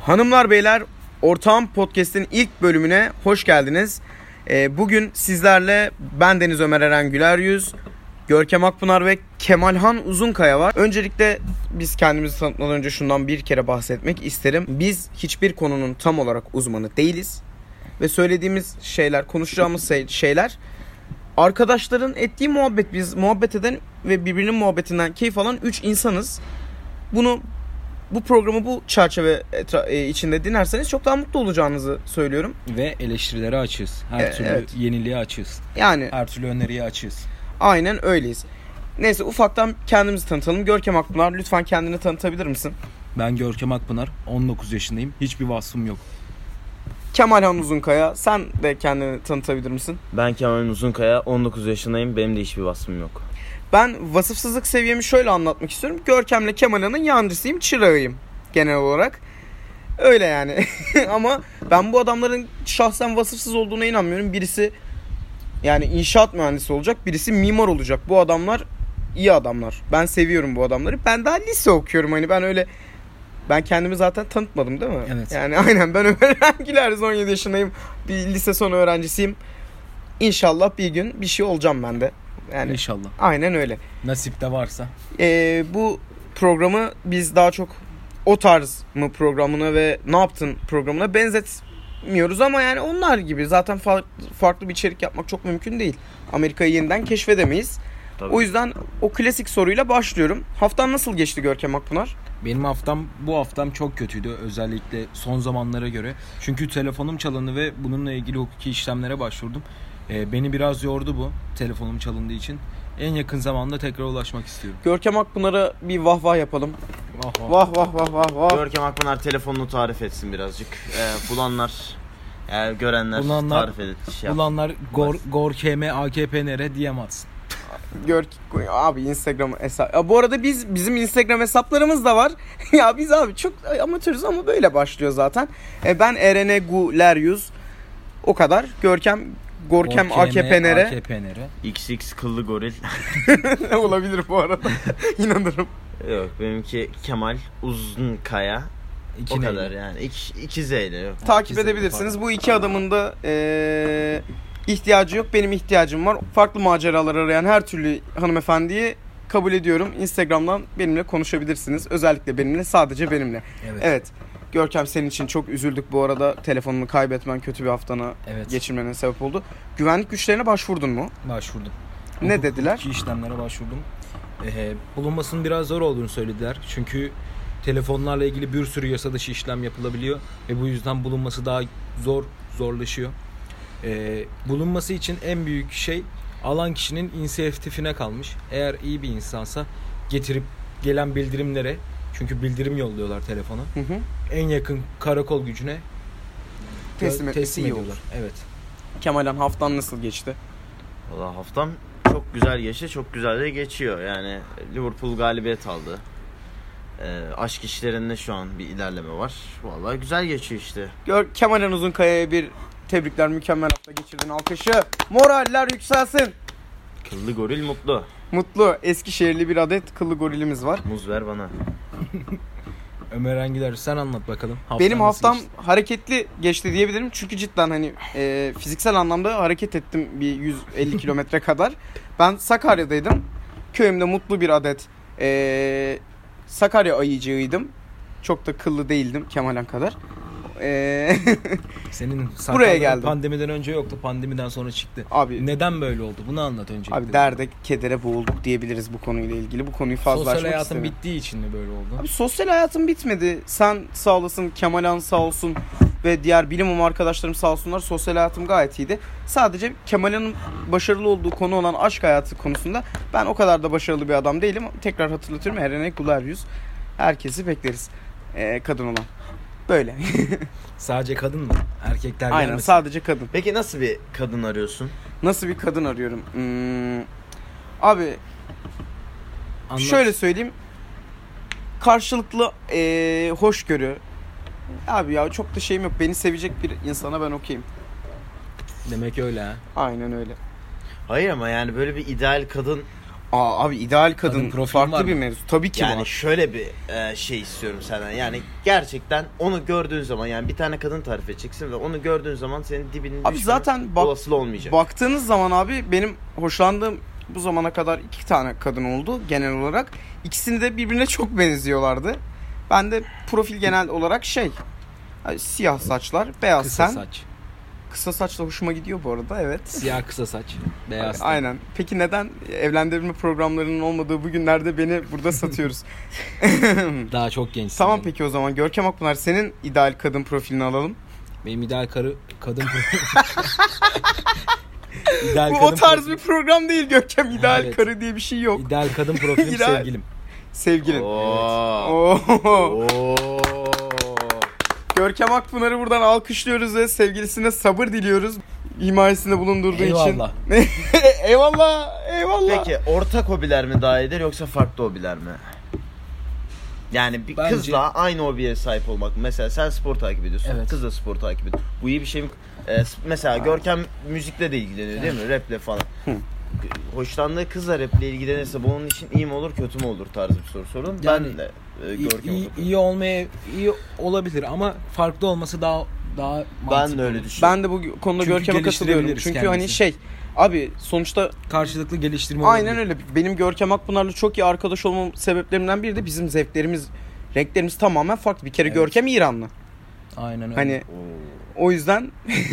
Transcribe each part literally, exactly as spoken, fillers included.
Hanımlar beyler, Ortağım Podcast'in ilk bölümüne hoş geldiniz. Ee, bugün sizlerle ben Deniz Ömer Eren Güler Yüz, Görkem Akpınar ve Kemalhan Uzunkaya var. Öncelikle biz kendimizi tanıtmadan önce şundan bir kere bahsetmek isterim. Biz hiçbir konunun tam olarak uzmanı değiliz. Ve söylediğimiz şeyler, konuşacağımız şeyler arkadaşların ettiği muhabbet. Biz muhabbet eden ve birbirinin muhabbetinden keyif alan üç insanız. Bunu bu programı bu çerçeve etra- e, içinde dinlerseniz çok daha mutlu olacağınızı söylüyorum. Ve eleştirilere açığız. Her E, türlü evet. yeniliğe açığız. Yani Her türlü öneriye açığız. aynen öyleyiz. Neyse, ufaktan kendimizi tanıtalım. Görkem Akpınar, lütfen kendini tanıtabilir misin? Ben Görkem Akpınar, on dokuz yaşındayım. Hiçbir vasfım yok. Kemalhan Uzunkaya, sen de kendini tanıtabilir misin? Ben Kemal Uzunkaya, on dokuz yaşındayım. Benim de hiçbir vasfım yok. Ben vasıfsızlık seviyemi şöyle anlatmak istiyorum. Görkem'le Kemalhan'ın yancısıyım, çırağıyım genel olarak. Öyle yani. Ama ben bu adamların şahsen vasıfsız olduğuna inanmıyorum. Birisi yani inşaat mühendisi olacak, birisi mimar olacak. Bu adamlar iyi adamlar. Ben seviyorum bu adamları. Ben daha lise okuyorum, hani ben öyle... Ben kendimi zaten tanıtmadım değil mi? Evet. Yani aynen, ben Ömer Eren Güler Yüz, on yedi yaşındayım. Bir lise sonu öğrencisiyim. İnşallah bir gün bir şey olacağım ben de. Yani İnşallah. aynen öyle. Nasipte varsa. Ee, bu programı biz daha çok o tarz mı programına ve ne yaptın programına benzetmiyoruz ama yani onlar gibi zaten fa- farklı bir içerik yapmak çok mümkün değil. Amerika'yı yeniden keşfedemeyiz. Tabii. O yüzden o klasik soruyla başlıyorum. Haftan nasıl geçti Görkem Akpınar? Benim haftam, bu haftam çok kötüydü. Özellikle son zamanlara göre. Çünkü telefonum çalındı ve bununla ilgili hukuki işlemlere başvurdum. Ee, beni biraz yordu bu, telefonum çalındığı için. En yakın zamanda tekrar ulaşmak istiyorum. Görkem Akpınar'a bir vah vah yapalım. Vah vah. Vah vah vah vah vah. Görkem Akpınar telefonunu tarif etsin birazcık. Ee, bulanlar, eğer görenler Bulanlar- tarif edin. Şey yap. Ulanlar gor, gorkeme A K P nere diyemezsin. Gör abi Instagram hesap. Ya bu arada biz bizim Instagram hesaplarımız da var. Ya biz abi çok amatörüz ama böyle başlıyor zaten. E, ben Eren Güler Yüz. O kadar. Görkem Gorkem A K P nere? A K P nere? X X kıllı goril. Olabilir bu arada. İnanırım. Yok, benimki Kemal Uzunkaya. İki O neyle? kadar yani. İki, iki Z ile yok. Takip ikisi de edebilirsiniz. pardon. Bu iki adamın da e, ihtiyacı yok. Benim ihtiyacım var. Farklı maceralar arayan her türlü hanımefendiyi kabul ediyorum. Instagram'dan benimle konuşabilirsiniz. Özellikle benimle, sadece benimle. Evet. Evet. Görkem, senin için çok üzüldük bu arada. Telefonunu kaybetmen kötü bir haftana Evet. geçirmene sebep oldu. Güvenlik güçlerine başvurdun mu? Başvurdum. Ne Hukuk- dediler? hukuki işlemlere başvurdum. Ee, bulunmasının biraz zor olduğunu söylediler. Çünkü telefonlarla ilgili bir sürü yasa dışı işlem yapılabiliyor ve bu yüzden bulunması daha zor zorlaşıyor. Ee, bulunması için en büyük şey alan kişinin inisiyatifine kalmış. Eğer iyi bir insansa getirip gelen bildirimlere, çünkü bildirim yolluyorlar telefona, Hı hı. en yakın karakol gücüne Teslim etmesi teslim iyi ediyorlar. Evet. Kemalhan, haftan nasıl geçti? Valla haftam çok güzel geçti. Çok güzel de geçiyor. Yani Liverpool galibiyet aldı. Ee, aşk işlerinde şu an bir ilerleme var. Valla güzel geçiyor işte. Gör Kemalhan Uzunkaya'ya bir tebrikler, mükemmel hafta geçirdin. Alkışı. Moraller yükselsin. Kıllı goril mutlu. Mutlu, Eskişehirli bir adet kıllı gorilimiz var. Muz ver bana. Ömer Engiler, sen anlat bakalım. Haftan Benim nasıl haftam geçti? hareketli geçti diyebilirim. Çünkü cidden hani e, fiziksel anlamda hareket ettim bir yüz elli kilometre kadar. Ben Sakarya'daydım. Köyümde mutlu bir adet e, Sakarya ayıcığıydım. Çok da kıllı değildim Kemalhan kadar. E, Senin Buraya sakalların geldim. pandemiden önce yoktu, pandemiden sonra çıktı. abi Neden böyle oldu? Bunu anlat öncelikle. abi derde kedere boğulduk diyebiliriz bu konuyla ilgili. Bu konuyu fazla Sosyal açmak hayatın istemiyorum. bittiği için mi böyle oldu? Abi sosyal hayatım bitmedi. Sen sağ olasın, Kemalhan sağ olsun ve diğer bilimum arkadaşlarım sağ olsunlar. Sosyal hayatım gayet iyiydi. Sadece Kemalhan'ın başarılı olduğu konu olan aşk hayatı konusunda ben o kadar da başarılı bir adam değilim. Tekrar hatırlatıyorum, Eren Güler Yüz. Herkesi bekleriz. Ee, kadın olan. Böyle. Sadece kadın mı? Erkekler Aynen, gelmesin. sadece kadın. Peki nasıl bir kadın arıyorsun? Nasıl bir kadın arıyorum? Hmm, abi Anlat. şöyle söyleyeyim. Karşılıklı ee, hoşgörü. Abi ya çok da şeyim yok. Beni sevecek bir insana ben okeyim. Demek öyle ha. Aynen öyle. Hayır ama yani böyle bir ideal kadın Aa abi ideal kadın, Kadın profili farklı var bir mı? mevzu. Tabii ki Yani var. şöyle bir e, şey istiyorum senden. Yani gerçekten onu gördüğün zaman, yani bir tane kadın tarif edeceksin ve onu gördüğün zaman senin dibinin Abi düşme zaten bak- olasılığı olmayacak. Baktığınız zaman abi benim hoşlandığım bu zamana kadar iki tane kadın oldu genel olarak. İkisini de birbirine çok benziyorlardı. Ben de profil genel olarak şey, hani siyah saçlar, beyaz Kısa ten. saç. Kısa saç da hoşuma gidiyor bu arada, evet. Siyah kısa saç. Beyaz ten. Aynen. Peki neden evlendirme programlarının olmadığı bu günlerde beni burada satıyoruz? Daha çok gençsin. Tamam canım. peki o zaman Görkem Akpınar, senin ideal kadın profilini alalım. Benim ideal karı kadın profili. ideal Bu kadın o tarz profili- bir program değil Görkem. İdeal Evet. karı diye bir şey yok. İdeal kadın profilim İdeal- sevgilim. Sevgilin. Oo. Oo. Oo. Görkem Akpınar'ı buradan alkışlıyoruz ve sevgilisine sabır diliyoruz. Himayesinde bulundurduğu Eyvallah. için. eyvallah. Eyvallah. Peki ortak hobiler mi daha iyidir yoksa farklı hobiler mi? Yani bir Bence- kızla aynı hobiye sahip olmak. Mesela sen spor takip ediyorsun. Evet. Kız da spor takip ediyor. Bu iyi bir şey mi? Ee, s- mesela Görkem müzikle de ilgileniyor değil mi? Raple falan. Hoşlandığı kızla raple ilgilenirse bu onun için iyi mi olur kötü mü olur tarzı bir soru sorun. Yani ben de e, İyi, Görkem iyi, oturuyorum. iyi olmaya iyi olabilir ama farklı olması daha daha Ben mantıklı de öyle olur. düşünüyorum. Ben de bu konuda Çünkü Görkem'e katılıyorum. geliştirebiliriz Çünkü kendimizi. hani şey, abi sonuçta Karşılıklı geliştirme aynen olabilir. öyle. Benim Görkem Akpınar'la çok iyi arkadaş olmam sebeplerimden biri de bizim zevklerimiz, renklerimiz tamamen farklı. Bir kere Evet. Görkem İranlı. Aynen öyle. Hani Oo. o yüzden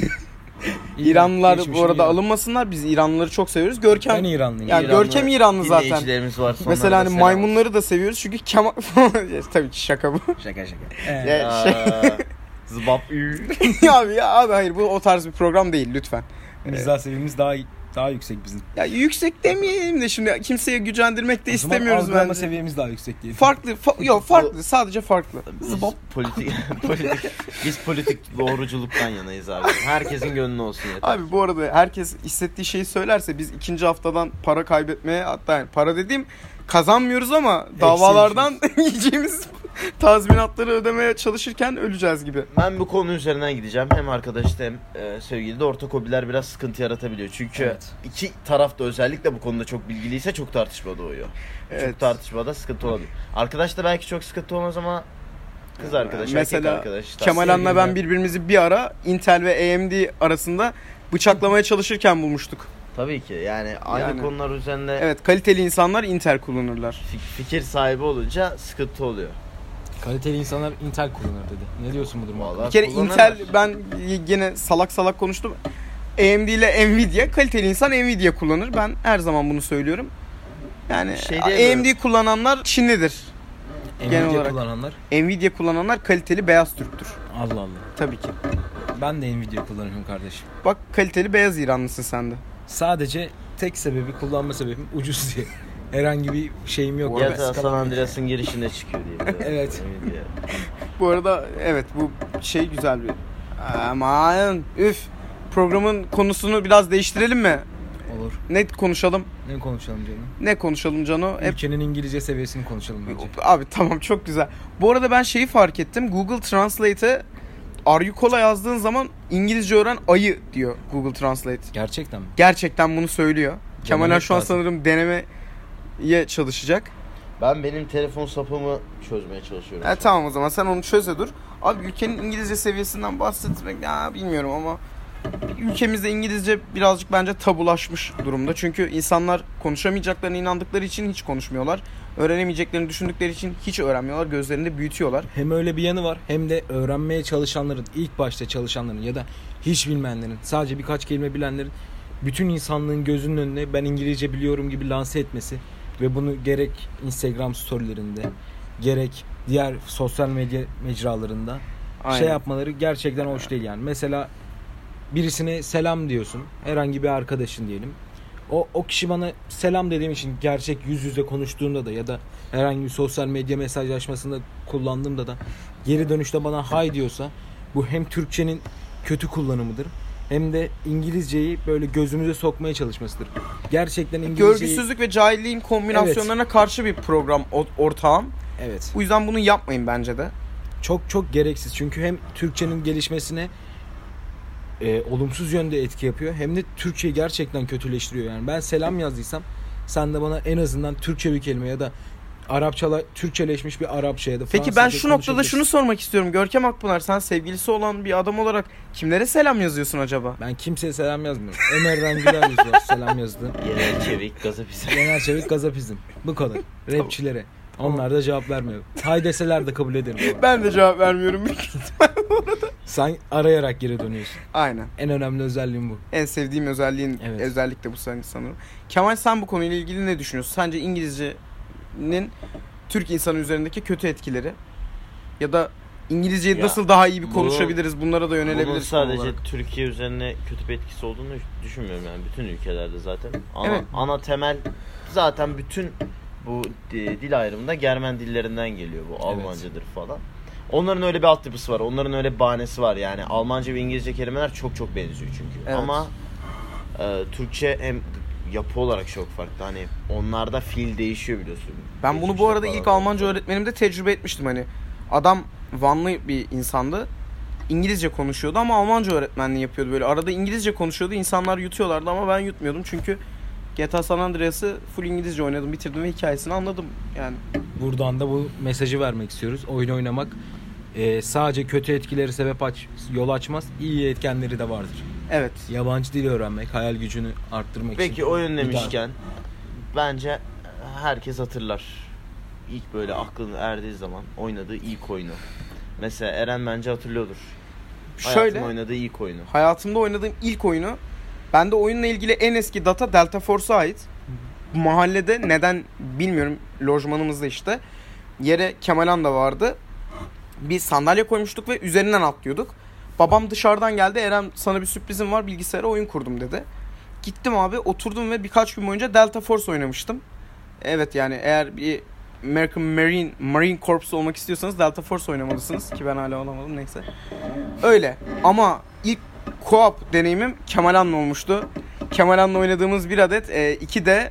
İran, İranlılar bu geçmişim arada İran. alınmasınlar. Biz İranlıları çok seviyoruz. Görkem Ben İranlıyım. Yani İranlı Görkem İranlı zaten. dinleyicilerimiz varsa onlara mesela da hani selam maymunları da seviyoruz çünkü Kemal tabii ki şaka bu. Şaka şaka. Ya, Ee, olsun. şey- Aa, Zıbap ü. abi ya abi hayır, bu o tarz bir program değil lütfen. mizah seviyemiz daha daha yüksek bizim. Ya yüksek demeyelim de şimdi kimseye gücendirmek de O zaman istemiyoruz algılama bence. seviyemiz daha yüksek diyelim. Farklı, fa- yok farklı, sadece farklı. Biz Zıbap. politik, politik, biz politik doğruculuktan yanayız abi. Herkesin gönlü olsun yeter. Abi bu arada herkes hissettiği şeyi söylerse biz ikinci haftadan para kaybetmeye, hatta yani para dediğim kazanmıyoruz ama davalardan yiyeceğimiz tazminatları ödemeye çalışırken öleceğiz gibi. Ben bu konu üzerinden gideceğim. Hem arkadaşta hem e, sevgili de ortak hobiler biraz sıkıntı yaratabiliyor. Çünkü Evet. iki taraf da özellikle bu konuda çok bilgiliyse çok tartışma doğuyor. Evet. Çok tartışmada sıkıntı olabilir. Arkadaş da belki çok sıkıntı olmaz ama kız arkadaş, Mesela erkek arkadaş. Kemal Han'la sevgilim ben ben. birbirimizi bir ara Intel ve A M D arasında bıçaklamaya çalışırken bulmuştuk. Tabii ki yani aynı Yani. konular üzerinde Evet, kaliteli insanlar Intel kullanırlar. fik- fikir sahibi olunca sıkıntı oluyor. Kaliteli insanlar Intel kullanır dedi. Ne diyorsun bu duruma? Vallahi Bir kere kullanırlar. Intel, ben yine salak salak konuştum. A M D ile Nvidia, kaliteli insan Nvidia kullanır. Ben her zaman bunu söylüyorum. Yani Şey A diyemiyorum. M D kullananlar Çinlidir. genel Nvidia olarak. kullananlar. Nvidia kullananlar kaliteli beyaz Türktür. Allah Allah. Tabii ki. Ben de Nvidia kullanıyorum kardeşim. Bak kaliteli beyaz İranlısın sen de. Sadece tek sebebi, kullanma sebebim ucuz diye. Herhangi bir şeyim yok. G Ben T A San sıkamam. Andreas'ın girişinde çıkıyor diye. biliyorum. Evet. Nvidia. Bu arada evet, bu şey güzel bir... Aman üf. Programın konusunu biraz değiştirelim mi? Olur. Ne konuşalım? Ne konuşalım canım? Ne konuşalım Cano? Hep... Ülkenin İngilizce seviyesini konuşalım bence. Abi tamam, çok güzel. Bu arada ben şeyi fark ettim. Google Translate'e Are you cola yazdığın zaman İngilizce öğren ayı diyor Google Translate. Gerçekten mi? Gerçekten bunu söylüyor. Kemal şu an lazım. sanırım denemeye çalışacak. Ben benim telefon sapımı çözmeye çalışıyorum. E, tamam o zaman sen onu çöze dur. Abi ülkenin İngilizce seviyesinden bahsetmek ya bilmiyorum ama ülkemizde İngilizce birazcık bence tabulaşmış durumda. Çünkü insanlar konuşamayacaklarına inandıkları için hiç konuşmuyorlar. Öğrenemeyeceklerini düşündükleri için hiç öğrenmiyorlar. Gözlerinde büyütüyorlar. Hem öyle bir yanı var, hem de öğrenmeye çalışanların, ilk başta çalışanların ya da hiç bilmeyenlerin, sadece birkaç kelime bilenlerin bütün insanlığın gözünün önüne ben İngilizce biliyorum gibi lanse etmesi ve bunu gerek Instagram storylerinde gerek diğer sosyal medya mecralarında Aynen. şey yapmaları gerçekten hoş değil yani. Mesela birisine selam diyorsun, herhangi bir arkadaşın diyelim. O, o kişi bana selam dediğim için gerçek yüz yüze konuştuğumda da ya da herhangi bir sosyal medya mesajlaşmasında kullandığımda da geri dönüşte bana hay diyorsa bu hem Türkçenin kötü kullanımıdır hem de İngilizceyi böyle gözümüze sokmaya çalışmasıdır. Gerçekten İngilizceyi... Görgüsüzlük ve cahilliğin kombinasyonlarına karşı bir program o- ortağım. Evet. Bu yüzden bunu yapmayın bence de. Çok çok gereksiz. Çünkü hem Türkçenin gelişmesine e, olumsuz yönde etki yapıyor hem de Türkçeyi gerçekten kötüleştiriyor. Yani ben selam yazdıysam Sen de bana en azından Türkçe bir kelime ya da Arapçala Türkçeleşmiş bir Arapça ya da Peki ben Fransızca şu noktada konuşabilirsin. şunu sormak istiyorum. Görkem Akpınar, sen sevgilisi olan bir adam olarak kimlere selam yazıyorsun acaba? Ben kimseye selam yazmıyorum. Ömer Rengüler yazıyor selam yazdı. Yener Çevik, Gazapizm. Yener Çevik, Gazapizm. Bu kadar. Rapçilere. Onlar da cevap vermiyor. Hay deseler de kabul ederim. Ben de cevap vermiyorum. Sen arayarak geri dönüyorsun. Aynen. En önemli özelliğim bu. En sevdiğim özelliğin Evet. özellik de bu san- sanırım. Kemal, sen bu konuyla ilgili ne düşünüyorsun? Sence İngilizcenin Türk insanı üzerindeki kötü etkileri ya da İngilizceyi Ya, nasıl daha iyi bir bunu- konuşabiliriz? Bunlara da Bunun yönelebiliriz. sadece konu olarak. Türkiye üzerine kötü bir etkisi olduğunu düşünmüyorum yani. Bütün ülkelerde zaten. Ana, Evet. ana temel zaten bütün bu di- dil ayrımında Germen dillerinden geliyor. Bu Almancadır falan. Onların öyle bir altyapısı var. Onların öyle bir bahanesi var. Yani Almanca ve İngilizce kelimeler çok çok benziyor çünkü. Evet. Ama e, Türkçe hem yapı olarak çok farklı. Hani onlarda fiil değişiyor biliyorsun. Ben bunu bu Geçmişte arada falan. ilk Almanca öğretmenimde tecrübe etmiştim hani. Adam Vanlı bir insandı. İngilizce konuşuyordu ama Almanca öğretmenliği yapıyordu böyle. Arada İngilizce konuşuyordu. İnsanlar yutuyorlardı ama ben yutmuyordum çünkü G T A San Andreas'ı full İngilizce oynadım, bitirdim ve hikayesini anladım yani. Buradan da bu mesajı vermek istiyoruz. Oyun oynamak e, sadece kötü etkileri sebep aç, yol açmaz. İyi etkenleri de vardır. Evet. Yabancı dil öğrenmek, hayal gücünü arttırmak için. Peki oyun bir daha- demişken bence herkes hatırlar. İlk böyle aklına erdiği zaman oynadığı ilk oyunu. Mesela Eren bence hatırlıyordur. Şöyle, Hayatında oynadığı ilk oyunu. hayatımda oynadığım ilk oyunu, bende oyunla ilgili en eski data Delta Force'a ait. Mahallede neden bilmiyorum, lojmanımızda işte yere Kemalan da vardı. Bir sandalye koymuştuk ve üzerinden atlıyorduk. Babam dışarıdan geldi. Eren, sana bir sürprizim var, bilgisayara oyun kurdum dedi. Gittim abi, oturdum ve birkaç gün boyunca Delta Force oynamıştım. Evet, yani eğer bir American Marine Marine Corps olmak istiyorsanız Delta Force oynamalısınız ki ben hala olamadım, neyse. Öyle ama ilk co-op deneyimim Kemalan'la olmuştu. Kemalan'la oynadığımız bir adet e, iki de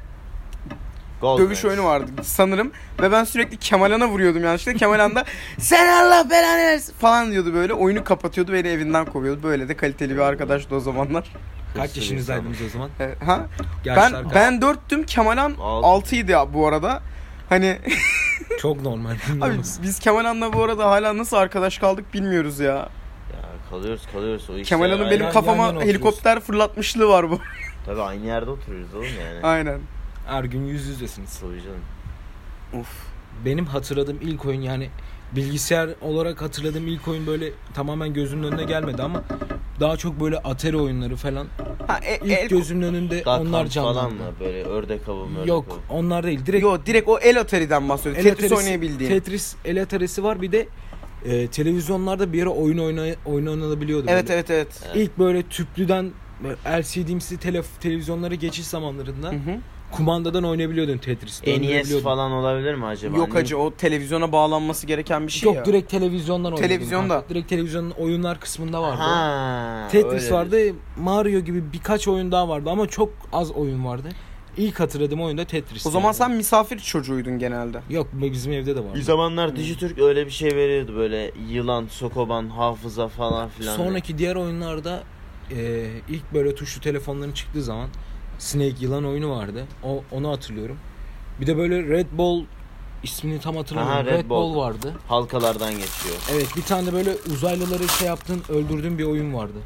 Gold dövüş Race. oyunu vardı sanırım ve ben sürekli Kemalan'a vuruyordum yanlışlıkla. Kemalan da sen Allah belanı versin falan diyordu böyle. Oyunu kapatıyordu, beni evinden kovuyordu. Böyle de kaliteli bir arkadaştı o zamanlar. Kaç yaşınızdaydınız o zaman? E, ha? Yaşlar Ben kaç? ben dörttüm, Kemalan Altı. altıydı ya bu arada. Hani Çok normal. abi biz Kemalan'la bu arada hala nasıl arkadaş kaldık bilmiyoruz ya. Ya kalıyoruz kalıyoruz. O işte Kemalan'ın aynı- benim yan kafama yana oturuyoruz. helikopter fırlatmışlığı var bu. Tabii aynı yerde oturuyoruz oğlum yani. Aynen. Her gün yüz yüzesiniz. Tabii canım. Uf. Benim hatırladığım ilk oyun, yani bilgisayar olarak hatırladığım ilk oyun böyle tamamen gözümün önüne gelmedi ama daha çok böyle Atari oyunları falan. Ha, e, İlk el, gözümün önünde Daha onlar kamp falan canlandı. mı? Böyle ördek avı mı? Yok, onlar değil. Direkt Yo, direkt o el Atari'den bahsediyor. el Tetris Atari'si- oynayabildiğin. Tetris el Atari'si var, bir de e, televizyonlarda bir ara oyun oyna, oynanabiliyordu. Evet böyle. evet evet. Evet. İlk böyle tüplüden böyle L C D'msi telef- televizyonlara geçiş zamanlarında Hı hı. kumandadan oynayabiliyordun Tetris. N E S döndürebiliyordun. falan olabilir mi acaba? Yok Ne- hacı, o televizyona bağlanması gereken bir şey Yok, ya. direkt televizyondan oynuyordun. Televizyonda. kanka. Direkt televizyonun oyunlar kısmında vardı. Ha, Tetris öyle. vardı, Mario gibi birkaç oyun daha vardı ama çok az oyun vardı. İlk hatırladığım oyun da Tetris. O zaman sen misafir çocuğuydun genelde. Yok, bizim evde de vardı. Bir zamanlar Dijitürk öyle bir şey veriyordu, böyle yılan, sokoban, hafıza falan filan. Sonraki diğer oyunlarda e, ilk böyle tuşlu telefonların çıktığı zaman Snake yılan oyunu vardı. O onu hatırlıyorum. Bir de böyle Red Ball, ismini tam hatırlamıyorum. Aha, Red Red, Ball. Ball. vardı. Halkalardan geçiyor. Evet, bir tane de böyle uzaylıları şey yaptığın, öldürdüğün bir oyun vardı.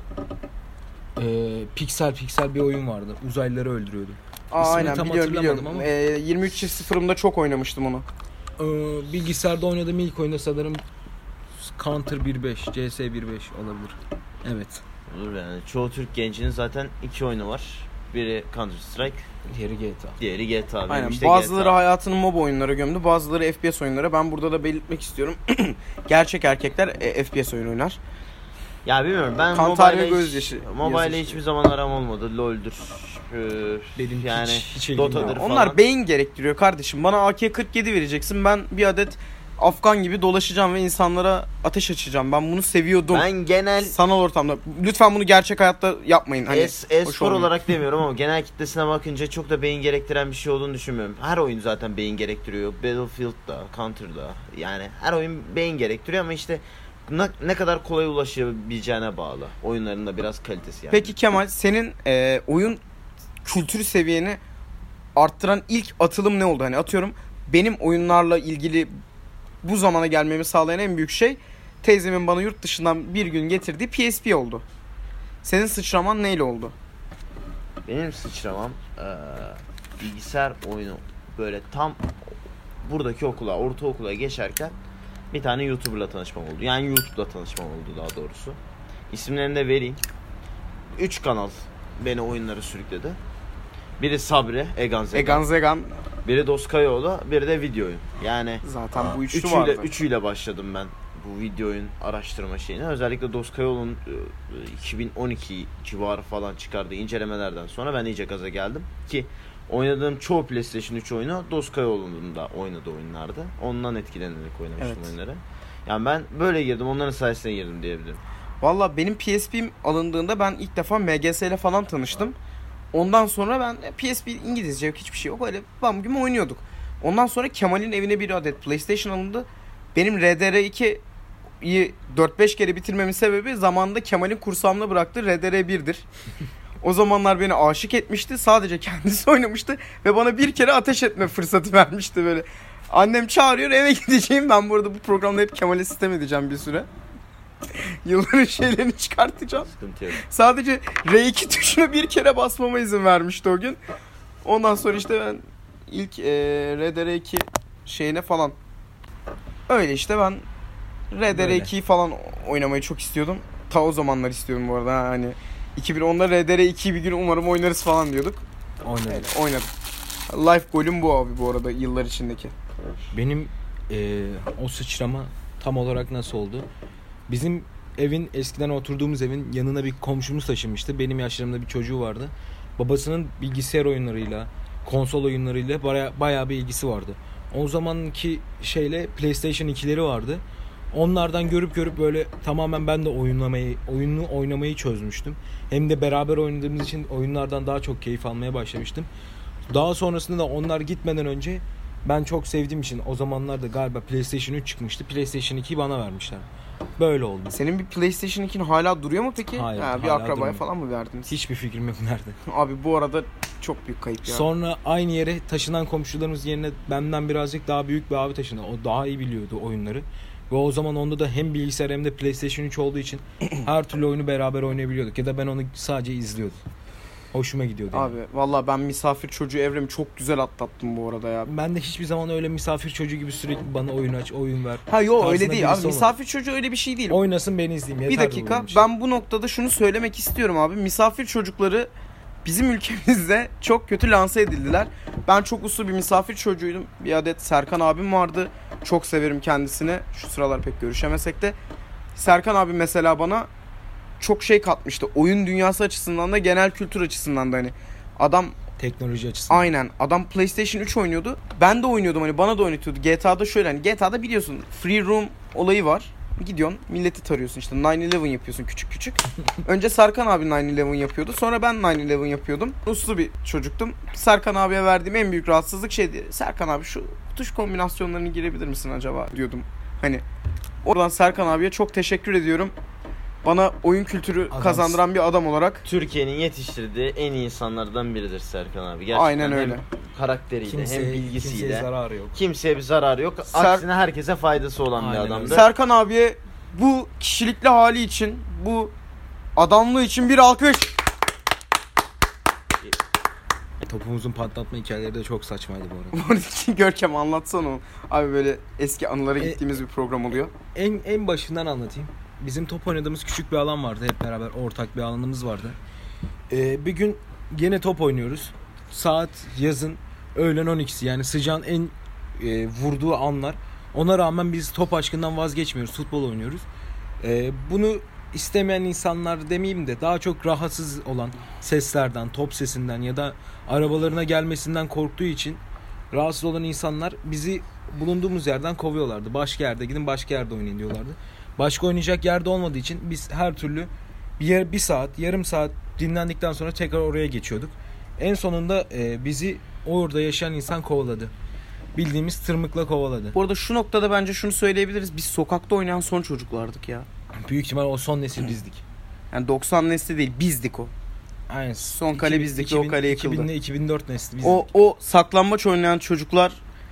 E, piksel piksel bir oyun vardı. Uzaylıları öldürüyordu. Aa, İsmini aynen tam biliyorum biliyorum. hatırlamadım ama. Ee, yirmi üç çift sıfırımda çok oynamıştım onu. Ee, bilgisayarda oynadığım ilk oyunda sanırım Counter bir beş, C S bir beş olabilir. Evet. Olur yani. Çoğu Türk gencinin zaten iki oyunu var. Biri Counter Strike, Diğeri G T A. diğeri G T A. Benim Aynen. işte Bazıları G T A. hayatını mob oyunlara gömdü, bazıları F P S oyunlara. Ben burada da belirtmek istiyorum. Gerçek erkekler e, F P S oyunu oynar. Ya bilmiyorum, ben Kantar mobile ve hiç, gözyaşı- mobile yazışı. hiçbir zaman aram olmadı. LoL'dür. Ee, Benim yani hiç- hiç ilgim Dota'dır yok. falan. Onlar beyin gerektiriyor kardeşim. Bana A K kırk yedi vereceksin. Ben bir adet Afgan gibi dolaşacağım ve insanlara ateş açacağım. Ben bunu seviyordum. Ben genel Sanal ortamda. Lütfen bunu gerçek hayatta yapmayın. Hani Es, hoş espor olmuyor. olarak demiyorum ama genel kitlesine bakınca çok da beyin gerektiren bir şey olduğunu düşünmüyorum. Her oyun zaten beyin gerektiriyor. Battlefield'da, Counter'da. Yani her oyun beyin gerektiriyor ama işte ne, ne kadar kolay ulaşabileceğine bağlı. Oyunların da biraz kalitesi yani. Peki Kemal, senin e, oyun kültürü seviyeni arttıran ilk atılım ne oldu? Hani atıyorum benim oyunlarla ilgili bu zamana gelmemi sağlayan en büyük şey teyzemin bana yurt dışından bir gün getirdiği P S P oldu. Senin sıçraman neyle oldu? Benim sıçramam eee, bilgisayar oyunu böyle tam buradaki okula, ortaokula geçerken bir tane YouTuber'la tanışmam oldu. Yani YouTube'la tanışmam oldu daha doğrusu. İsimlerini de vereyim. üç kanal beni oyunlara sürükledi. Biri Sabri, Egan Zegan. Egan Zegan Biri Doskayoğlu, biri de video oyun. Yani zaten bu üçlü üçüyle, vardı. üçüyle başladım ben bu video oyun araştırma şeyine. Özellikle Doskayoğlu'nun e, iki bin on iki civarı falan çıkardığı incelemelerden sonra ben iyice gaza geldim. Ki oynadığım çoğu PlayStation üç oyunu Doskayoğlu'nun da oynadığı oyunlardı. Ondan etkilenerek oynamıştım Evet. oyunları. Yani ben böyle girdim, onların sayesinde girdim diyebilirim. Valla benim P S P'm alındığında ben ilk defa M G S ile falan tanıştım. Ondan sonra ben P S P İngilizce yok, hiçbir şey yok. Öyle bam gibi oynuyorduk. Ondan sonra Kemal'in evine bir adet PlayStation alındı. Benim R D R ikiyi dört beş kere bitirmemin sebebi zamanında Kemal'in kursağımda bıraktığı R D R bir'dir. O zamanlar beni aşık etmişti. Sadece kendisi oynamıştı ve bana bir kere ateş etme fırsatı vermişti böyle. Annem çağırıyor, eve gideceğim. Ben burada bu programda hep Kemal'e sistem edeceğim bir süre. Yılların şeylerini çıkartacağım. Sıkıntı yok. Sadece R iki tuşuna bir kere basmama izin vermişti o gün. Ondan sonra işte ben ilk e, R D R iki şeyine falan. Öyle işte ben R D R ikiyi falan oynamayı çok istiyordum. Ta o zamanlar istiyordum bu arada. Ha, hani iki bin onda R D R ikiyi bir gün umarım oynarız falan diyorduk. Oynadım. Evet, oynadım. Life golüm bu abi bu arada yıllar içindeki. Benim e, o sıçrama tam olarak nasıl oldu? Bizim evin, eskiden oturduğumuz evin yanına bir komşumuz taşınmıştı. Benim yaşlarımda bir çocuğu vardı. Babasının bilgisayar oyunlarıyla, konsol oyunlarıyla baya, bayağı bir ilgisi vardı. O zamanki şeyle PlayStation ikileri vardı. Onlardan görüp görüp böyle tamamen ben de oynamayı, oyunu oynamayı çözmüştüm. Hem de beraber oynadığımız için oyunlardan daha çok keyif almaya başlamıştım. Daha sonrasında da onlar gitmeden önce ben çok sevdiğim için o zamanlarda galiba PlayStation üç çıkmıştı. PlayStation ikiyi bana vermişler. Böyle oldu. Senin bir PlayStation ikin hala duruyor mu peki? Hayır, Ha, bir hala akrabaya durmuyor. falan mı verdiniz? Hiçbir fikrim yok nerede. Abi bu arada çok büyük kayıp ya. Sonra aynı yere taşınan komşularımız yerine benden birazcık daha büyük bir abi taşındı. O daha iyi biliyordu oyunları. Ve o zaman onda da hem bilgisayar hem de PlayStation üç olduğu için her türlü oyunu beraber oynayabiliyorduk. Ya da ben onu sadece izliyordum. Hoşuma gidiyordu. Yani. Abi vallahi ben misafir çocuğu evremi çok güzel atlattım bu arada ya. Ben de hiçbir zaman öyle misafir çocuğu gibi sürekli bana oyun aç, oyun ver. Ha yo tarzında öyle değil birisi abi. olmadı. Misafir çocuğu öyle bir şey değil. Oynasın ben izleyeyim. Bir Yeterli dakika benim için. ben bu noktada şunu söylemek istiyorum abi. Misafir çocukları bizim ülkemizde çok kötü lanse edildiler. Ben çok uslu bir misafir çocuğuydum. Bir adet Serkan abim vardı. Çok severim kendisini. Şu sıralar pek görüşemesek de. Serkan abi mesela bana çok şey katmıştı. Oyun dünyası açısından da genel kültür açısından da hani. Adam teknoloji açısından. aynen. Adam PlayStation üç oynuyordu. Ben de oynuyordum hani bana da oynatıyordu. G T A'da şöyle hani G T A'da biliyorsun free roam olayı var. Gidiyorsun milleti tarıyorsun işte nine eleven yapıyorsun küçük küçük. Önce Serkan abi nine eleven yapıyordu. Sonra ben nine eleven yapıyordum. Uslu bir çocuktum. Serkan abiye verdiğim en büyük rahatsızlık şeydi. Serkan abi şu tuş kombinasyonlarını girebilir misin acaba diyordum. Hani oradan Serkan abiye çok teşekkür ediyorum. Bana oyun kültürü Adamsın. kazandıran bir adam olarak. Türkiye'nin yetiştirdiği en iyi insanlardan biridir Serkan abi. Gerçekten Aynen öyle. Hem karakteriyle Kimseye, hem bilgisiyle. kimseye zararı yok. Kimseye bir zararı yok. Ser- Aksine herkese faydası olan Aynen bir öyle. adamdı. Serkan abiye bu kişilikli hali için, bu adamlığı için bir alkış. Topumuzun patlatma hikayeleri de çok saçmaydı bu arada. Buradaki Görkem anlatsana onu. Abi böyle eski anılara E- gittiğimiz bir program oluyor. En en başından anlatayım. Bizim top oynadığımız küçük bir alan vardı. Hep beraber ortak bir alanımız vardı. Ee, bir gün gene top oynuyoruz. Saat yazın öğlen on ikisi yani sıcağın en e, vurduğu anlar. Ona rağmen biz top aşkından vazgeçmiyoruz. Futbol oynuyoruz. Ee, bunu istemeyen insanlar demeyeyim de daha çok rahatsız olan seslerden, top sesinden ya da arabalarına gelmesinden korktuğu için rahatsız olan insanlar bizi bulunduğumuz yerden kovuyorlardı. Başka yerde gidin, başka yerde oynayın diyorlardı. Başka oynayacak yerde olmadığı için biz her türlü bir yer, bir saat, yarım saat dinlendikten sonra tekrar oraya geçiyorduk. En sonunda e, bizi orada yaşayan insan kovaladı. Bildiğimiz tırmıkla kovaladı. Bu arada şu noktada bence şunu söyleyebiliriz. Biz sokakta oynayan son çocuklardık ya. Büyük ihtimal o son nesil bizdik. Yani doksan nesli değil bizdik o. Aynen. Son kale bizdik ve o kale yıkıldı. iki binli iki bin dört nesli bizdik. O o saklambaç oynayan çocuklar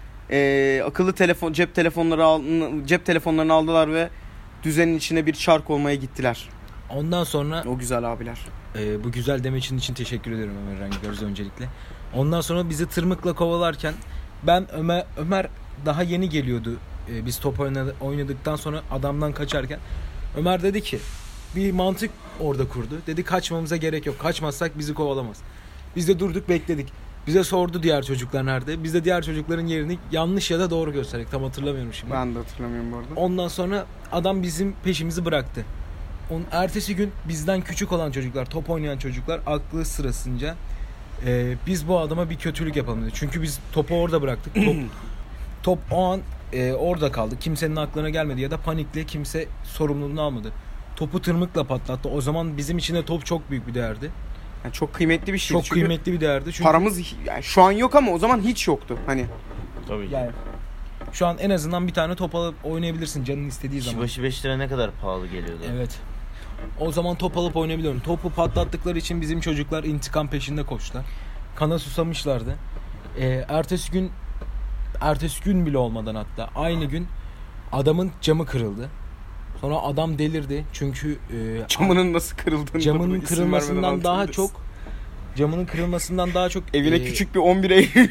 e, akıllı telefon cep telefonları al, cep telefonlarını aldılar ve düzenin içine bir çark olmaya gittiler. Ondan sonra O güzel abiler. e, bu güzel demeçin için teşekkür ediyorum Ömer Rengöz öncelikle. Ondan sonra bizi tırmıkla kovalarken ben Ömer Ömer daha yeni geliyordu. E, biz top oynadı, oynadıktan sonra adamdan kaçarken Ömer dedi ki bir mantık orada kurdu. Dedi kaçmamıza gerek yok. Kaçmazsak bizi kovalamaz. Biz de durduk bekledik. Bize sordu diğer çocuklar nerede. Biz de diğer çocukların yerini yanlış ya da doğru gösterdik. Tam hatırlamıyorum şimdi. Ben de hatırlamıyorum bu arada. Ondan sonra adam bizim peşimizi bıraktı. Onun ertesi gün bizden küçük olan çocuklar, top oynayan çocuklar aklı sırasınca e, biz bu adama bir kötülük yapalım dedi. Çünkü biz topu orada bıraktık. Top, top o an e, orada kaldı. Kimsenin aklına gelmedi ya da panikle kimse sorumluluğunu almadı. Topu tırmıkla patlattı. O zaman bizim için de top çok büyük bir değerdi. Yani çok kıymetli bir şey. Çok kıymetli bir değerdi. Çünkü Paramız yani şu an yok ama o zaman hiç yoktu. Hani Tabii ki. yani şu an en azından bir tane top alıp oynayabilirsin canın istediği Kişi zaman. başı beş lira ne kadar pahalı geliyordu. Evet. O zaman top alıp oynayabiliyorum. Topu patlattıkları için bizim çocuklar intikam peşinde koştular. Kana susamışlardı. Ee, ertesi gün ertesi gün bile olmadan hatta aynı gün adamın camı kırıldı. Sonra adam delirdi. Çünkü e, camının nasıl kırıldığını camının isim kırılmasından vermeden daha anlatabiliriz. çok camının kırılmasından daha çok Evine e, küçük bir on bir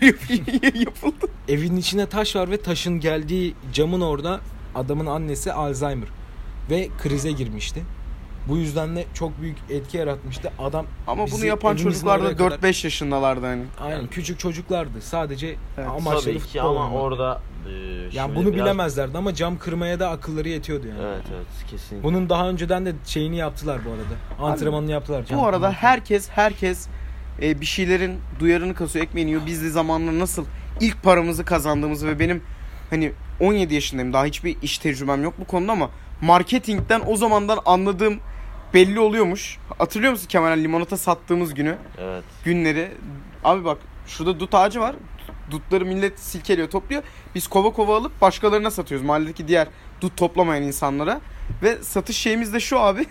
Eylül yapıldı. evin içine taş var ve taşın geldiği camın orada adamın annesi Alzheimer ve krize girmişti. Bu yüzden de çok büyük etki yaratmıştı. Adam Ama bizi bunu yapan evimizin çocuklar oraya da kadar- dört beş yaşındalardı hani. Aynen küçük çocuklardı. Sadece Evet, amaçları Tabii ki futbol ama oynamak. orada e, yani şimdi bunu biraz- bilemezlerdi ama cam kırmaya da akılları yetiyordu yani. Evet evet kesinlikle. Bunun daha önceden de şeyini yaptılar bu arada. Antrenmanını yaptılar. Cam Bu arada kırmak. herkes herkes e, bir şeylerin duyarını kasıyor, ekmeğini yiyor. Biz de zamanla nasıl ilk paramızı kazandığımızı ve benim hani on yedi yaşındayım, daha hiçbir iş tecrübem yok bu konuda ama marketingten o zamandan anladığım belli oluyormuş. Hatırlıyor musun Kemal limonata sattığımız günü? Evet. Günleri. Abi bak şurada dut ağacı var. Dutları millet silkeliyor, topluyor. Biz kova kova alıp başkalarına satıyoruz. Mahalledeki diğer dut toplamayan insanlara. Ve satış şeyimiz de şu abi.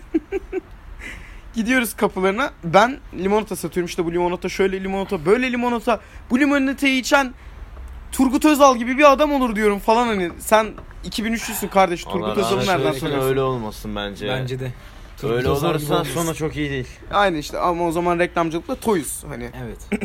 Gidiyoruz kapılarına. Ben limonata satıyorum. İşte bu limonata şöyle limonata, böyle limonata. Bu limonatayı içen Turgut Özal gibi bir adam olur diyorum falan hani. Sen iki bin üç yüzsün kardeş. Turgut Allah Özal'ı rahmet nereden eylesin, tanıyorsun? öyle olmasın bence. Bence de. Öyle Turgut Özal gibi olursa olmasın. sonu çok iyi değil. Aynen işte ama o zaman reklamcılıkla toyuz hani. Evet.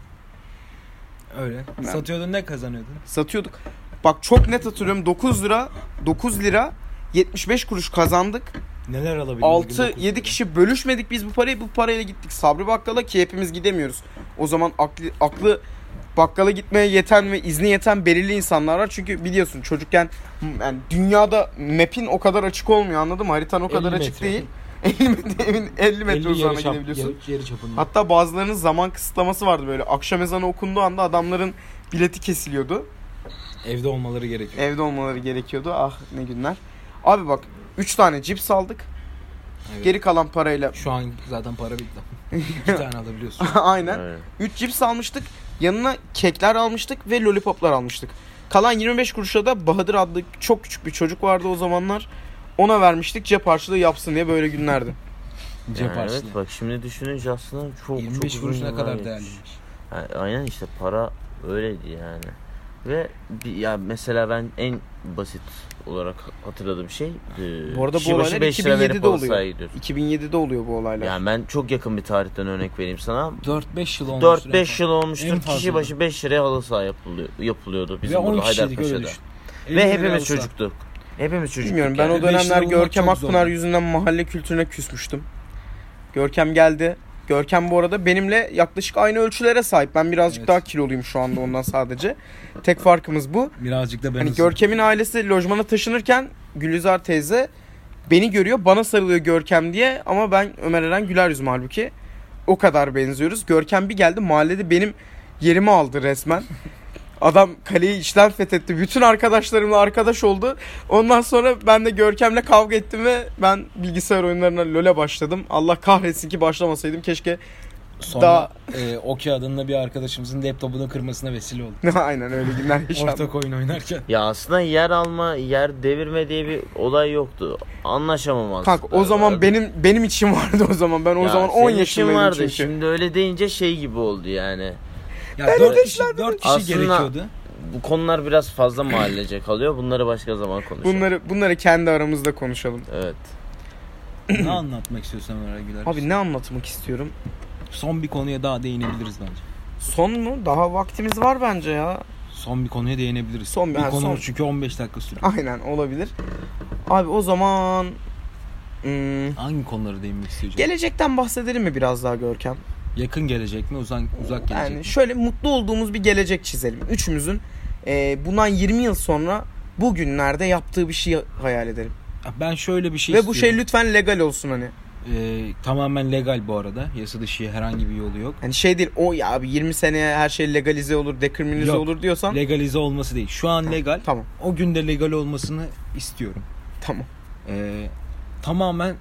Öyle. Ben- Satıyordun ne kazanıyordun? Satıyorduk. Bak çok net hatırlıyorum. dokuz lira dokuz lira yetmiş beş kuruş kazandık. Neler alabildin? altı yedi kişi bölüşmedik biz bu parayı. Bu parayla gittik Sabri Bakkal'a ki hepimiz gidemiyoruz. O zaman aklı, aklı bakkala gitmeye yeten ve izni yeten belirli insanlar var. Çünkü biliyorsun çocukken yani dünyada map'in o kadar açık olmuyor, anladın mı? Haritan o kadar elli açık metre. değil. elli metre, evin elli metre uzağına gidebiliyorsun. Yarı, yarı çapında. Hatta bazılarının zaman kısıtlaması vardı böyle. Akşam ezanı okunduğu anda adamların bileti kesiliyordu. Evde olmaları gerekiyor. Evde olmaları gerekiyordu. Ah ne günler. Abi bak üç tane cips aldık. Evet. Geri kalan parayla Şu an zaten para bitti. İki tane alabiliyorsun. aynen. Evet. üç cips almıştık. Yanına kekler almıştık ve lollipoplar almıştık. Kalan yirmi beş kuruşa da Bahadır adlı çok küçük bir çocuk vardı o zamanlar. Ona vermiştik cep harçlığı yapsın diye, böyle günlerdi. Cep Yani harçlığı. evet bak şimdi düşününce aslında çok yirmi beş çok kuruş uzun ne yıllar kadar geçmiş. değerliymiş. Ha, aynen işte para öyleydi yani. Ve bir, ya mesela ben en basit olarak hatırladığım şey e, Bu arada bu kişi başı olaylar beş lira verip iki bin yedide halı oluyor. sahaya gidiyorsun. iki bin yedide oluyor bu olaylar. Yani ben çok yakın bir tarihten örnek vereyim sana. dört beş yıl olmuştur. dört beş en yıl fazla. olmuştur. En fazla Kişi başı beş liraya halı saha yapılıyor, yapılıyordu bizim Ve on burada kişiydik öyle Haydarpaşa'da. düşün. Ve elli lira hepimiz alsa. çocuktuk. Hepimiz çocuktuk. Bilmiyorum ben yani. o dönemler beş lira bulmak Görkem çok Akpınar zor. yüzünden mahalle kültürüne küsmüştüm. Görkem geldi. Görkem bu arada benimle yaklaşık aynı ölçülere sahip. Ben birazcık Evet. daha kiloluyum şu anda ondan sadece. Tek farkımız bu. Birazcık da ben Hani hızlı. Görkem'in ailesi lojmana taşınırken Gülizar teyze beni görüyor, bana sarılıyor Görkem diye ama ben Ömer Eren Güler yüzüm halbuki. O kadar benziyoruz. Görkem bir geldi mahallede benim yerimi aldı resmen. Adam kaleyi içten fethetti. Bütün arkadaşlarımla arkadaş oldu. Ondan sonra ben de Görkem'le kavga ettim ve ben bilgisayar oyunlarına LoL'e başladım. Allah kahretsin ki başlamasaydım. Keşke Sonra Daha- e, Okey adında bir arkadaşımızın laptopunu kırmasına vesile oldu. Aynen öyle günler yaşandı. Ortak oyun oynarken. Ya aslında yer alma, yer devirme diye bir olay yoktu. Anlaşamamazlıklar Kanka o zaman vardı. benim benim içim vardı o zaman. Ben o Ya zaman on senin için yaşındaydım vardı. çünkü. Şimdi öyle deyince şey gibi oldu yani. Ya Ben dört de kişi, dört kişi Aslında- gerekiyordu. Bu konular biraz fazla mahallece kalıyor. Bunları başka zaman konuşalım. Bunları bunları kendi aramızda konuşalım. Evet. Ne anlatmak istiyorsan Ömer Güler? Abi ne anlatmak istiyorum? Son bir konuya daha değinebiliriz bence. Son mu? Daha vaktimiz var bence ya. Son bir konuya değinebiliriz. Son bir- bir ha, konumuz son. çünkü on beş dakika sürüyor. Aynen olabilir. Abi o zaman hmm, Hangi konuları değinmek istiyorsun? gelecekten bahsedelim mi biraz daha Görkem? Yakın gelecek mi, uzak uzak gelecek Yani mi? şöyle mutlu olduğumuz bir gelecek çizelim. Üçümüzün e, bundan yirmi yıl sonra bugünlerde yaptığı bir şey hayal edelim. Ben şöyle bir şey Ve bu şey istiyorum. lütfen legal olsun hani. Ee, tamamen legal bu arada. Yasa dışı herhangi bir yolu yok. Hani şey değil o ya abi yirmi seneye her şey legalize olur, dekriminalize Yok. olur diyorsan. Legalize olması değil. Şu an legal. Tamam. O günde legal olmasını istiyorum. Tamam. Ee, tamamen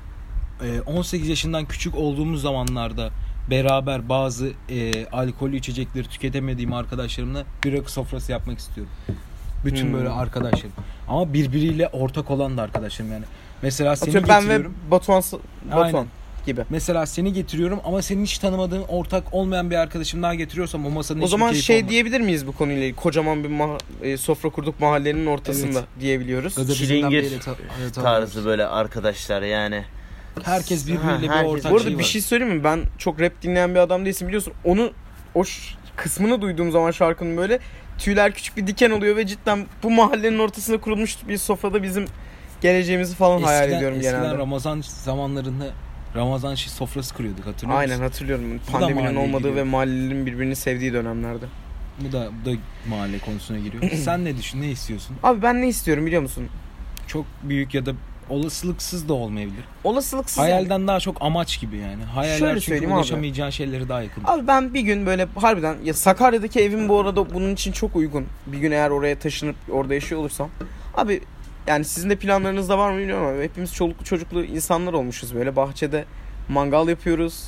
e, on sekiz yaşından küçük olduğumuz zamanlarda beraber bazı e, alkollü içecekleri tüketemediğim arkadaşlarımla bir rakı sofrası yapmak istiyorum. Bütün Hmm. böyle arkadaşlarım. Ama birbiriyle ortak olan da arkadaşlarım yani. Mesela seni Atıyorum ben ve getiriyorum. Batuhan, Batuhan Aynen. gibi. Mesela seni getiriyorum ama senin hiç tanımadığın ortak olmayan bir arkadaşım daha getiriyorsam o masanın O hiçbir zaman keyfi şey olmaz. diyebilir miyiz bu konuyla ilgili? Kocaman bir ma- e, sofra kurduk mahallenin ortasında Evet. diyebiliyoruz. Gazabizmden Çilingir beri ta- evet, Tarzı böyle arkadaşlar yani. herkes birbiriyle Ha, bir herkes- ortak Bu arada şey bir var. şey söyleyeyim mi? Ben çok rap dinleyen bir adam değilsin biliyorsun. Onu o ş- kısmını duyduğum zaman şarkının böyle tüyler küçük bir diken oluyor ve cidden bu mahallenin ortasında kurulmuş bir sofrada bizim geleceğimizi falan hayal Eskiden- ediyorum eskiden genelde. Ramazan zamanlarında Ramazan şi- sofrası kuruyorduk, hatırlıyor Aynen musun? hatırlıyorum. Bu da Pandeminin mahalleye olmadığı giriyor. ve mahallelerin birbirini sevdiği dönemlerde. Bu da, bu da mahalle konusuna giriyor. Sen ne düşün, ne istiyorsun? Abi ben ne istiyorum biliyor musun? Çok büyük ya da olasılıksız da olmayabilir. Olasılıksız. Hayalden daha çok amaç gibi yani. Hayaller Şöyle çünkü söyleyeyim abi. ulaşamayacağın şeylere daha yakın. Abi ben bir gün böyle harbiden ya Sakarya'daki evim bu arada bunun için çok uygun. Bir gün eğer oraya taşınıp orada yaşıyor olursam. Abi yani sizin de planlarınız da var mı bilmiyorum ama hepimiz çoluklu çocuklu insanlar olmuşuz böyle bahçede mangal yapıyoruz.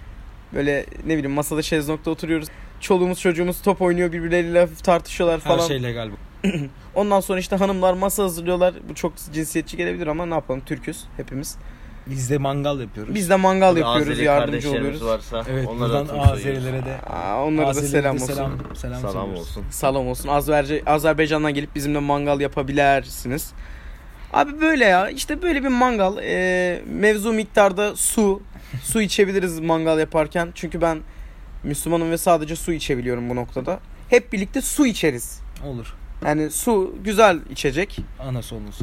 Böyle ne bileyim masada şezlongda oturuyoruz. Çoluğumuz çocuğumuz top oynuyor birbirleriyle hafif tartışıyorlar Her falan. şey legal bu. Ondan sonra işte hanımlar masa hazırlıyorlar. Bu çok cinsiyetçi gelebilir ama ne yapalım Türküz hepimiz. Biz de mangal yapıyoruz. Biz de mangal Tabii yapıyoruz, Azeri yardımcı kardeşlerimiz oluyoruz. varsa Evet, onlara buradan da tüm sayıyoruz. Azerilere de Aa, onlara da Azerilere selam de olsun. selam, selam, Salam söylüyoruz. olsun. Salam olsun. Azerce, Azerbaycan'dan gelip bizimle mangal yapabilirsiniz. Abi böyle ya. İşte böyle bir mangal. Ee, mevzu miktarda su. Su içebiliriz mangal yaparken. Çünkü ben Müslümanım ve sadece su içebiliyorum bu noktada. Hep birlikte su içeriz. Olur. Yani su güzel içecek. Anasolusu,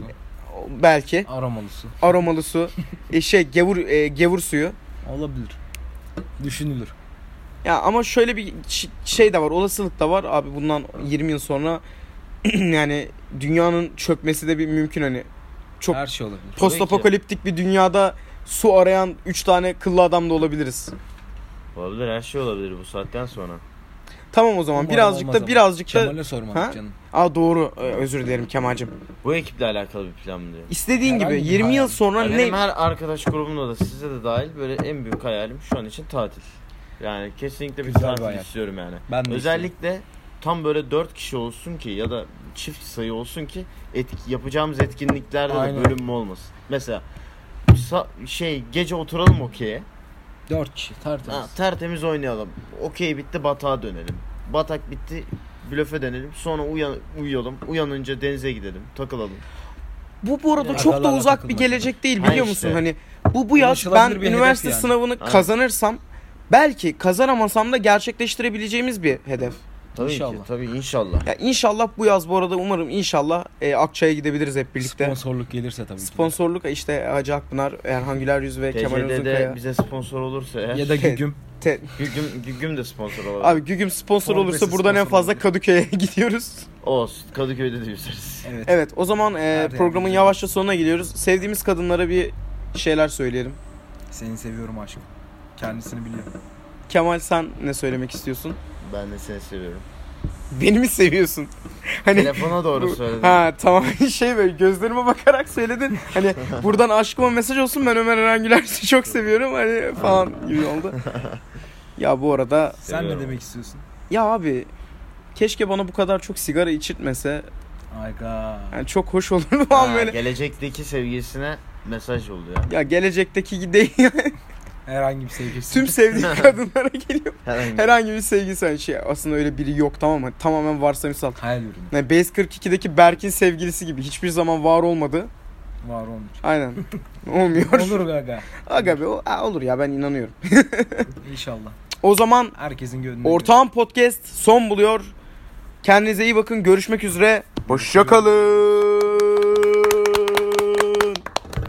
Belki. aromalısı. Aromalı su. E, şey gevur e, gevur suyu. Olabilir. Düşünülür. Ya ama şöyle bir ş- şey de var. Olasılık da var. Abi bundan yirmi yıl sonra yani dünyanın çökmesi de bir mümkün hani. Çok Her şey olabilir. post apokaliptik bir dünyada su arayan üç tane kıllı adam da olabiliriz. Olabilir, her şey olabilir bu saatten sonra. Tamam o zaman Umarım birazcık olmaz da ama. birazcık da Kemal'e sormadık Ha? canım. Aa doğru. Ee, özür dilerim Kemal'cim. Bu ekiple alakalı bir plan mı diyor? İstediğin Herhangi gibi bir yirmi yıl hayal. sonra Yani ne benim her arkadaş grubumda da size de dahil böyle en büyük hayalim şu an için tatil. Yani kesinlikle bir Güzel bir tatil hayal. istiyorum yani. Ben de Özellikle tam böyle dört kişi olsun ki ya da çift sayı olsun ki etki, yapacağımız etkinliklerde de Aynen. bölünme olmasın. Mesela sa- şey gece oturalım okey'e. Dört kişi tertemiz. Ha, tertemiz oynayalım. Okey bitti batağa dönelim. Batak bitti blöfe dönelim. Sonra uyan uyuyalım. Uyanınca denize gidelim. Takılalım. bu bu arada Yani çok da adalarla uzak bir takılmak. gelecek değil Ha biliyor işte. musun? Hani bu bu yaz Ulaşılabilir ben bir hedef üniversite yani. sınavını Aynen. kazanırsam belki kazanamasam da gerçekleştirebileceğimiz bir hedef. Tabii İnşallah. ki. Tabii inşallah. Ya inşallah bu yaz bu arada umarım inşallah e, Akçay'a gidebiliriz hep birlikte. Sponsorluk gelirse tabii ki. Sponsorluk işte Hacı Akpınar, Erhan Güler Yüz ve Kemal T C D'de Uzunkaya. bize sponsor olursa eğer. Ya da gügüm. Te- Gügüm, Gügüm de sponsor olur. Abi Gügüm sponsor Forvesi olursa buradan en sponsor fazla olabilir. Kadıköy'e gidiyoruz. Olsun. Kadıköy'de de yüzeriz. Evet. Evet o zaman e, Nerede programın yani? yavaşça sonuna gidiyoruz. Sevdiğimiz kadınlara bir şeyler söyleyelim. Seni seviyorum aşkım. Kendisini biliyor. Kemal sen ne söylemek istiyorsun? Ben de seni seviyorum. Beni mi seviyorsun? Hani Telefona doğru bu- söyledim. Ha tamam şey böyle gözlerime bakarak söyledin. Hani buradan aşkıma mesaj olsun ben Ömer Eren Güler'i çok seviyorum hani falan gibi oldu. Ya bu arada Sen Seviyorum. ne demek istiyorsun? ya abi keşke bana bu kadar çok sigara içirtmese. Aga. Yani çok hoş olurdu falan Ha, böyle. gelecekteki sevgilisine mesaj oluyor. Ya gelecekteki değil. Herhangi bir sevgilisi. Tüm sevdiği kadınlara geliyor. Herhangi. Herhangi bir sevgilisi yani şey aslında öyle biri yok, tamam mı? Tamamen varsayımsal. Hayal ürünü. Yani Base kırk ikideki Berk'in sevgilisi gibi hiçbir zaman var olmadı. Var olmuş. Aynen. Olmuyor. Olur aga. Aga be o, ha, olur ya, ben inanıyorum. İnşallah. O zaman Herkesin gönlünde. Ortağım Podcast son buluyor. Kendinize iyi bakın. Görüşmek üzere. Hoşça kalın.